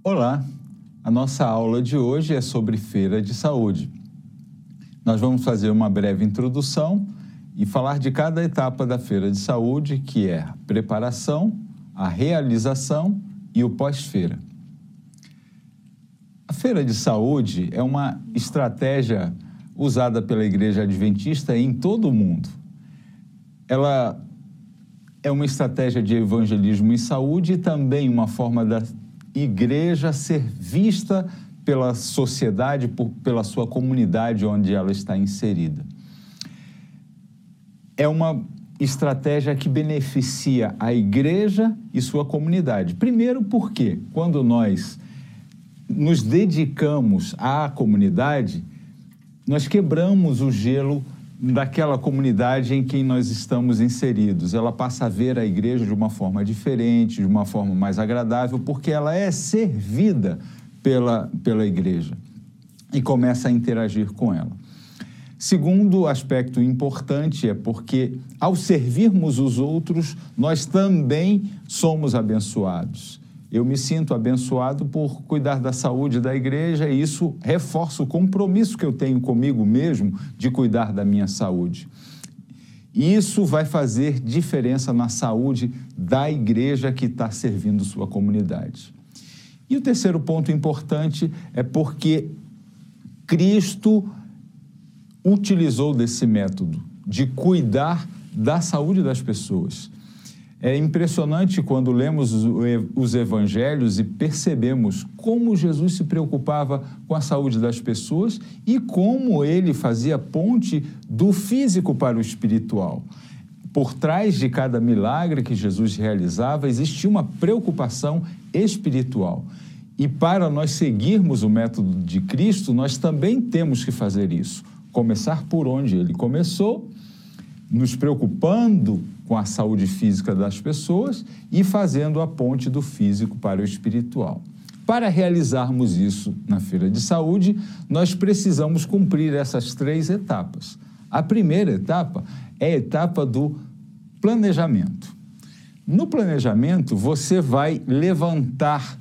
Olá, a nossa aula de hoje é sobre feira de saúde. Nós vamos fazer uma breve introdução e falar de cada etapa da feira de saúde, que é a preparação, a realização e o pós-feira. A feira de saúde é uma estratégia usada pela Igreja Adventista em todo o mundo. Ela é uma estratégia de evangelismo em saúde e também uma forma da Igreja ser vista pela sociedade, pela sua comunidade onde ela está inserida. É uma estratégia que beneficia a Igreja e sua comunidade. Primeiro porque, quando nós nos dedicamos à comunidade, nós quebramos o gelo daquela comunidade em que nós estamos inseridos. Ela passa a ver a igreja de uma forma diferente, de uma forma mais agradável, porque ela é servida pela igreja e começa a interagir com ela. Segundo aspecto importante é porque, ao servirmos os outros, nós também somos abençoados. Eu me sinto abençoado por cuidar da saúde da igreja e isso reforça o compromisso que eu tenho comigo mesmo de cuidar da minha saúde. E isso vai fazer diferença na saúde da igreja que está servindo sua comunidade. E o terceiro ponto importante é porque Cristo utilizou desse método de cuidar da saúde das pessoas. É impressionante quando lemos os evangelhos e percebemos como Jesus se preocupava com a saúde das pessoas e como ele fazia ponte do físico para o espiritual. Por trás de cada milagre que Jesus realizava, existia uma preocupação espiritual. E para nós seguirmos o método de Cristo, nós também temos que fazer isso. Começar por onde ele começou, nos preocupando com a saúde física das pessoas e fazendo a ponte do físico para o espiritual. Para realizarmos isso na feira de saúde, nós precisamos cumprir essas 3 etapas. A primeira etapa é a etapa do planejamento. No planejamento, você vai levantar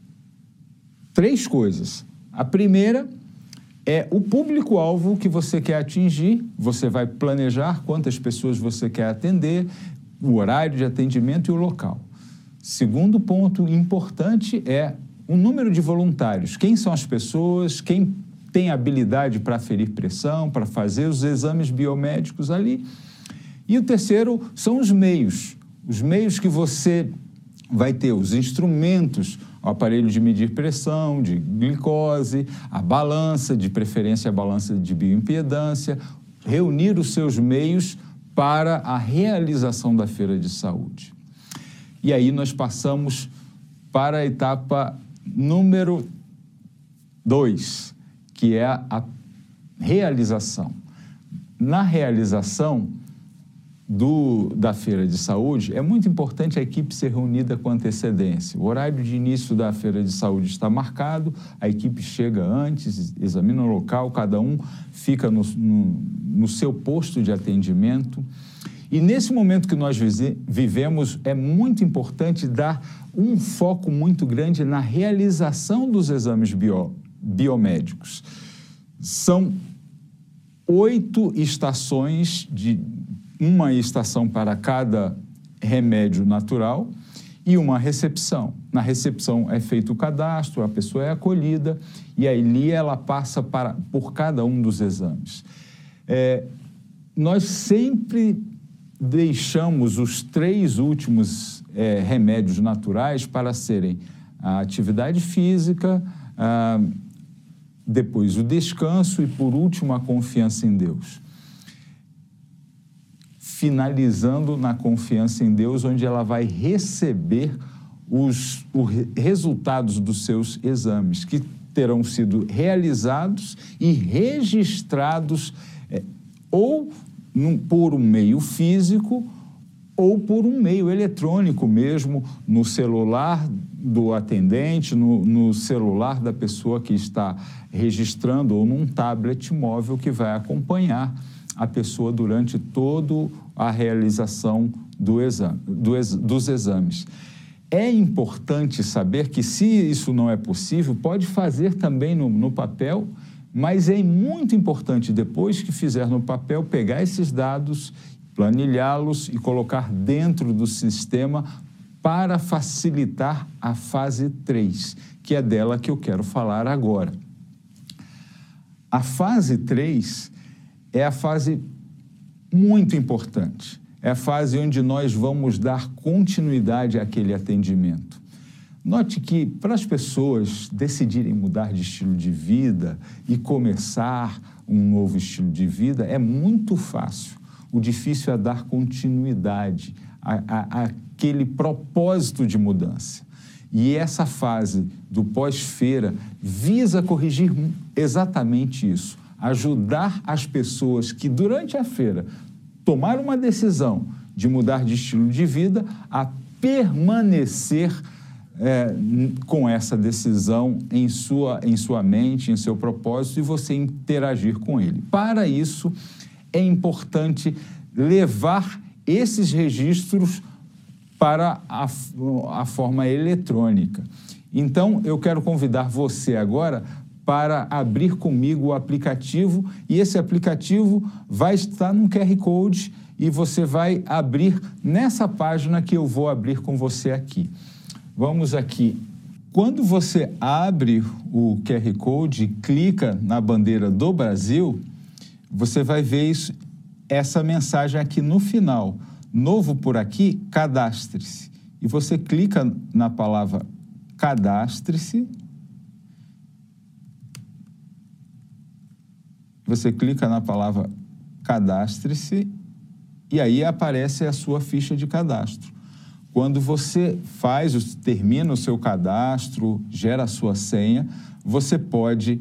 3 coisas. A primeira é o público-alvo que você quer atingir, você vai planejar quantas pessoas você quer atender, o horário de atendimento e o local. Segundo ponto importante é o número de voluntários. Quem são as pessoas, quem tem habilidade para aferir pressão, para fazer os exames biomédicos ali. E o terceiro são os meios que você vai ter, os instrumentos, o aparelho de medir pressão, de glicose, a balança, de preferência a balança de bioimpedância, reunir os seus meios para a realização da feira de saúde. E aí nós passamos para a etapa número 2, que é a realização. Na realização da feira de saúde, é muito importante a equipe ser reunida com antecedência. O horário de início da feira de saúde está marcado, a equipe chega antes, examina o local, cada um fica no seu posto de atendimento. E nesse momento que nós vivemos, é muito importante dar um foco muito grande na realização dos exames biomédicos. São 8 estações uma estação para cada remédio natural e uma recepção. Na recepção é feito o cadastro, a pessoa é acolhida e aí ela passa por cada um dos exames. Nós sempre deixamos os 3 últimos remédios naturais para serem a atividade física, depois o descanso e, por último, a confiança em Deus. Finalizando na confiança em Deus, onde ela vai receber os resultados dos seus exames, que terão sido realizados e registrados ou por um meio físico ou por um meio eletrônico mesmo, no celular do atendente, no celular da pessoa que está registrando ou num tablet móvel que vai acompanhar a pessoa durante toda a realização dos exames. É importante saber que, se isso não é possível, pode fazer também no papel, mas é muito importante, depois que fizer no papel, pegar esses dados, planilhá-los e colocar dentro do sistema para facilitar a fase 3, que é dela que eu quero falar agora. A fase 3 é a fase muito importante. É a fase onde nós vamos dar continuidade àquele atendimento. Note que, para as pessoas decidirem mudar de estilo de vida e começar um novo estilo de vida, é muito fácil. O difícil é dar continuidade àquele propósito de mudança. E essa fase do pós-feira visa corrigir exatamente isso, ajudar as pessoas que, durante a feira, tomaram uma decisão de mudar de estilo de vida a permanecer com essa decisão em sua mente, em seu propósito, e você interagir com ele. Para isso, é importante levar esses registros para a forma eletrônica. Então, eu quero convidar você agora para abrir comigo o aplicativo, e esse aplicativo vai estar num QR Code e você vai abrir nessa página que eu vou abrir com você aqui. Vamos aqui. Quando você abre o QR Code e clica na bandeira do Brasil, você vai ver essa mensagem aqui no final. Novo por aqui, cadastre-se. E você clica na palavra cadastre-se. Você clica na palavra cadastre-se e aí aparece a sua ficha de cadastro. Quando você termina o seu cadastro, gera a sua senha, você pode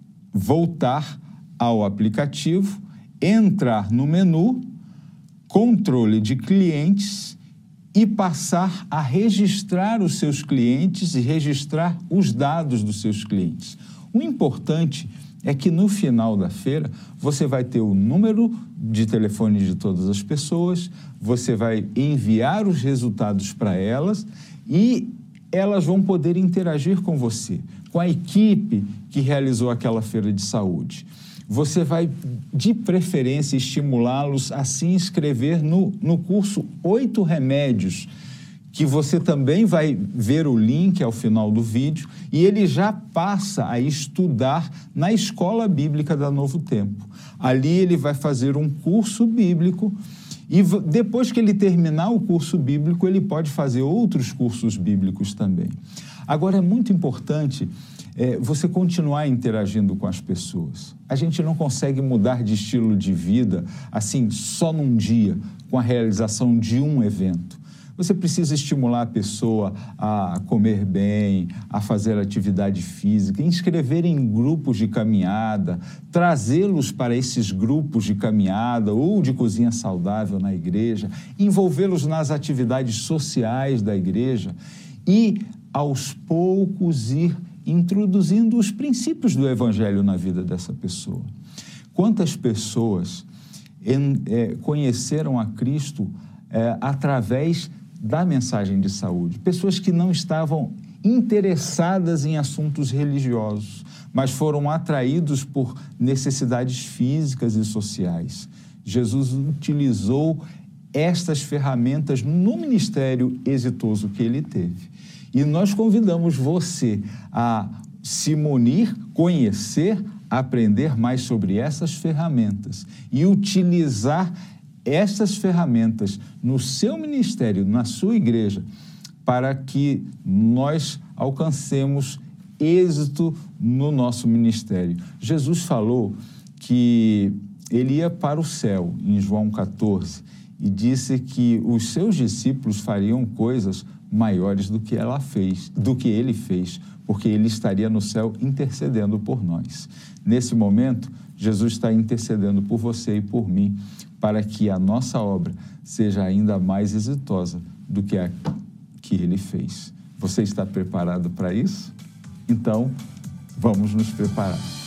voltar ao aplicativo, entrar no menu, controle de clientes e passar a registrar os seus clientes e registrar os dados dos seus clientes. O importante é que no final da feira você vai ter o número de telefone de todas as pessoas, você vai enviar os resultados para elas e elas vão poder interagir com você, com a equipe que realizou aquela feira de saúde. Você vai, de preferência, estimulá-los a se inscrever no curso 8 Remédios, que você também vai ver o link ao final do vídeo, e ele já passa a estudar na Escola Bíblica da Novo Tempo. Ali ele vai fazer um curso bíblico e depois que ele terminar o curso bíblico, ele pode fazer outros cursos bíblicos também. Agora, é muito importante você continuar interagindo com as pessoas. A gente não consegue mudar de estilo de vida assim só num dia, com a realização de um evento. Você precisa estimular a pessoa a comer bem, a fazer atividade física, inscrever em grupos de caminhada, trazê-los para esses grupos de caminhada ou de cozinha saudável na igreja, envolvê-los nas atividades sociais da igreja e, aos poucos, ir introduzindo os princípios do Evangelho na vida dessa pessoa. Quantas pessoas conheceram a Cristo através da mensagem de saúde? Pessoas que não estavam interessadas em assuntos religiosos, mas foram atraídos por necessidades físicas e sociais. Jesus utilizou estas ferramentas no ministério exitoso que ele teve. E nós convidamos você a se munir, conhecer, aprender mais sobre essas ferramentas e utilizar essas ferramentas no seu ministério, na sua igreja, para que nós alcancemos êxito no nosso ministério. Jesus falou que ele ia para o céu, em João 14, e disse que os seus discípulos fariam coisas maiores do que ele fez, porque ele estaria no céu intercedendo por nós. Nesse momento, Jesus está intercedendo por você e por mim, para que a nossa obra seja ainda mais exitosa do que a que ele fez. Você está preparado para isso? Então, vamos nos preparar.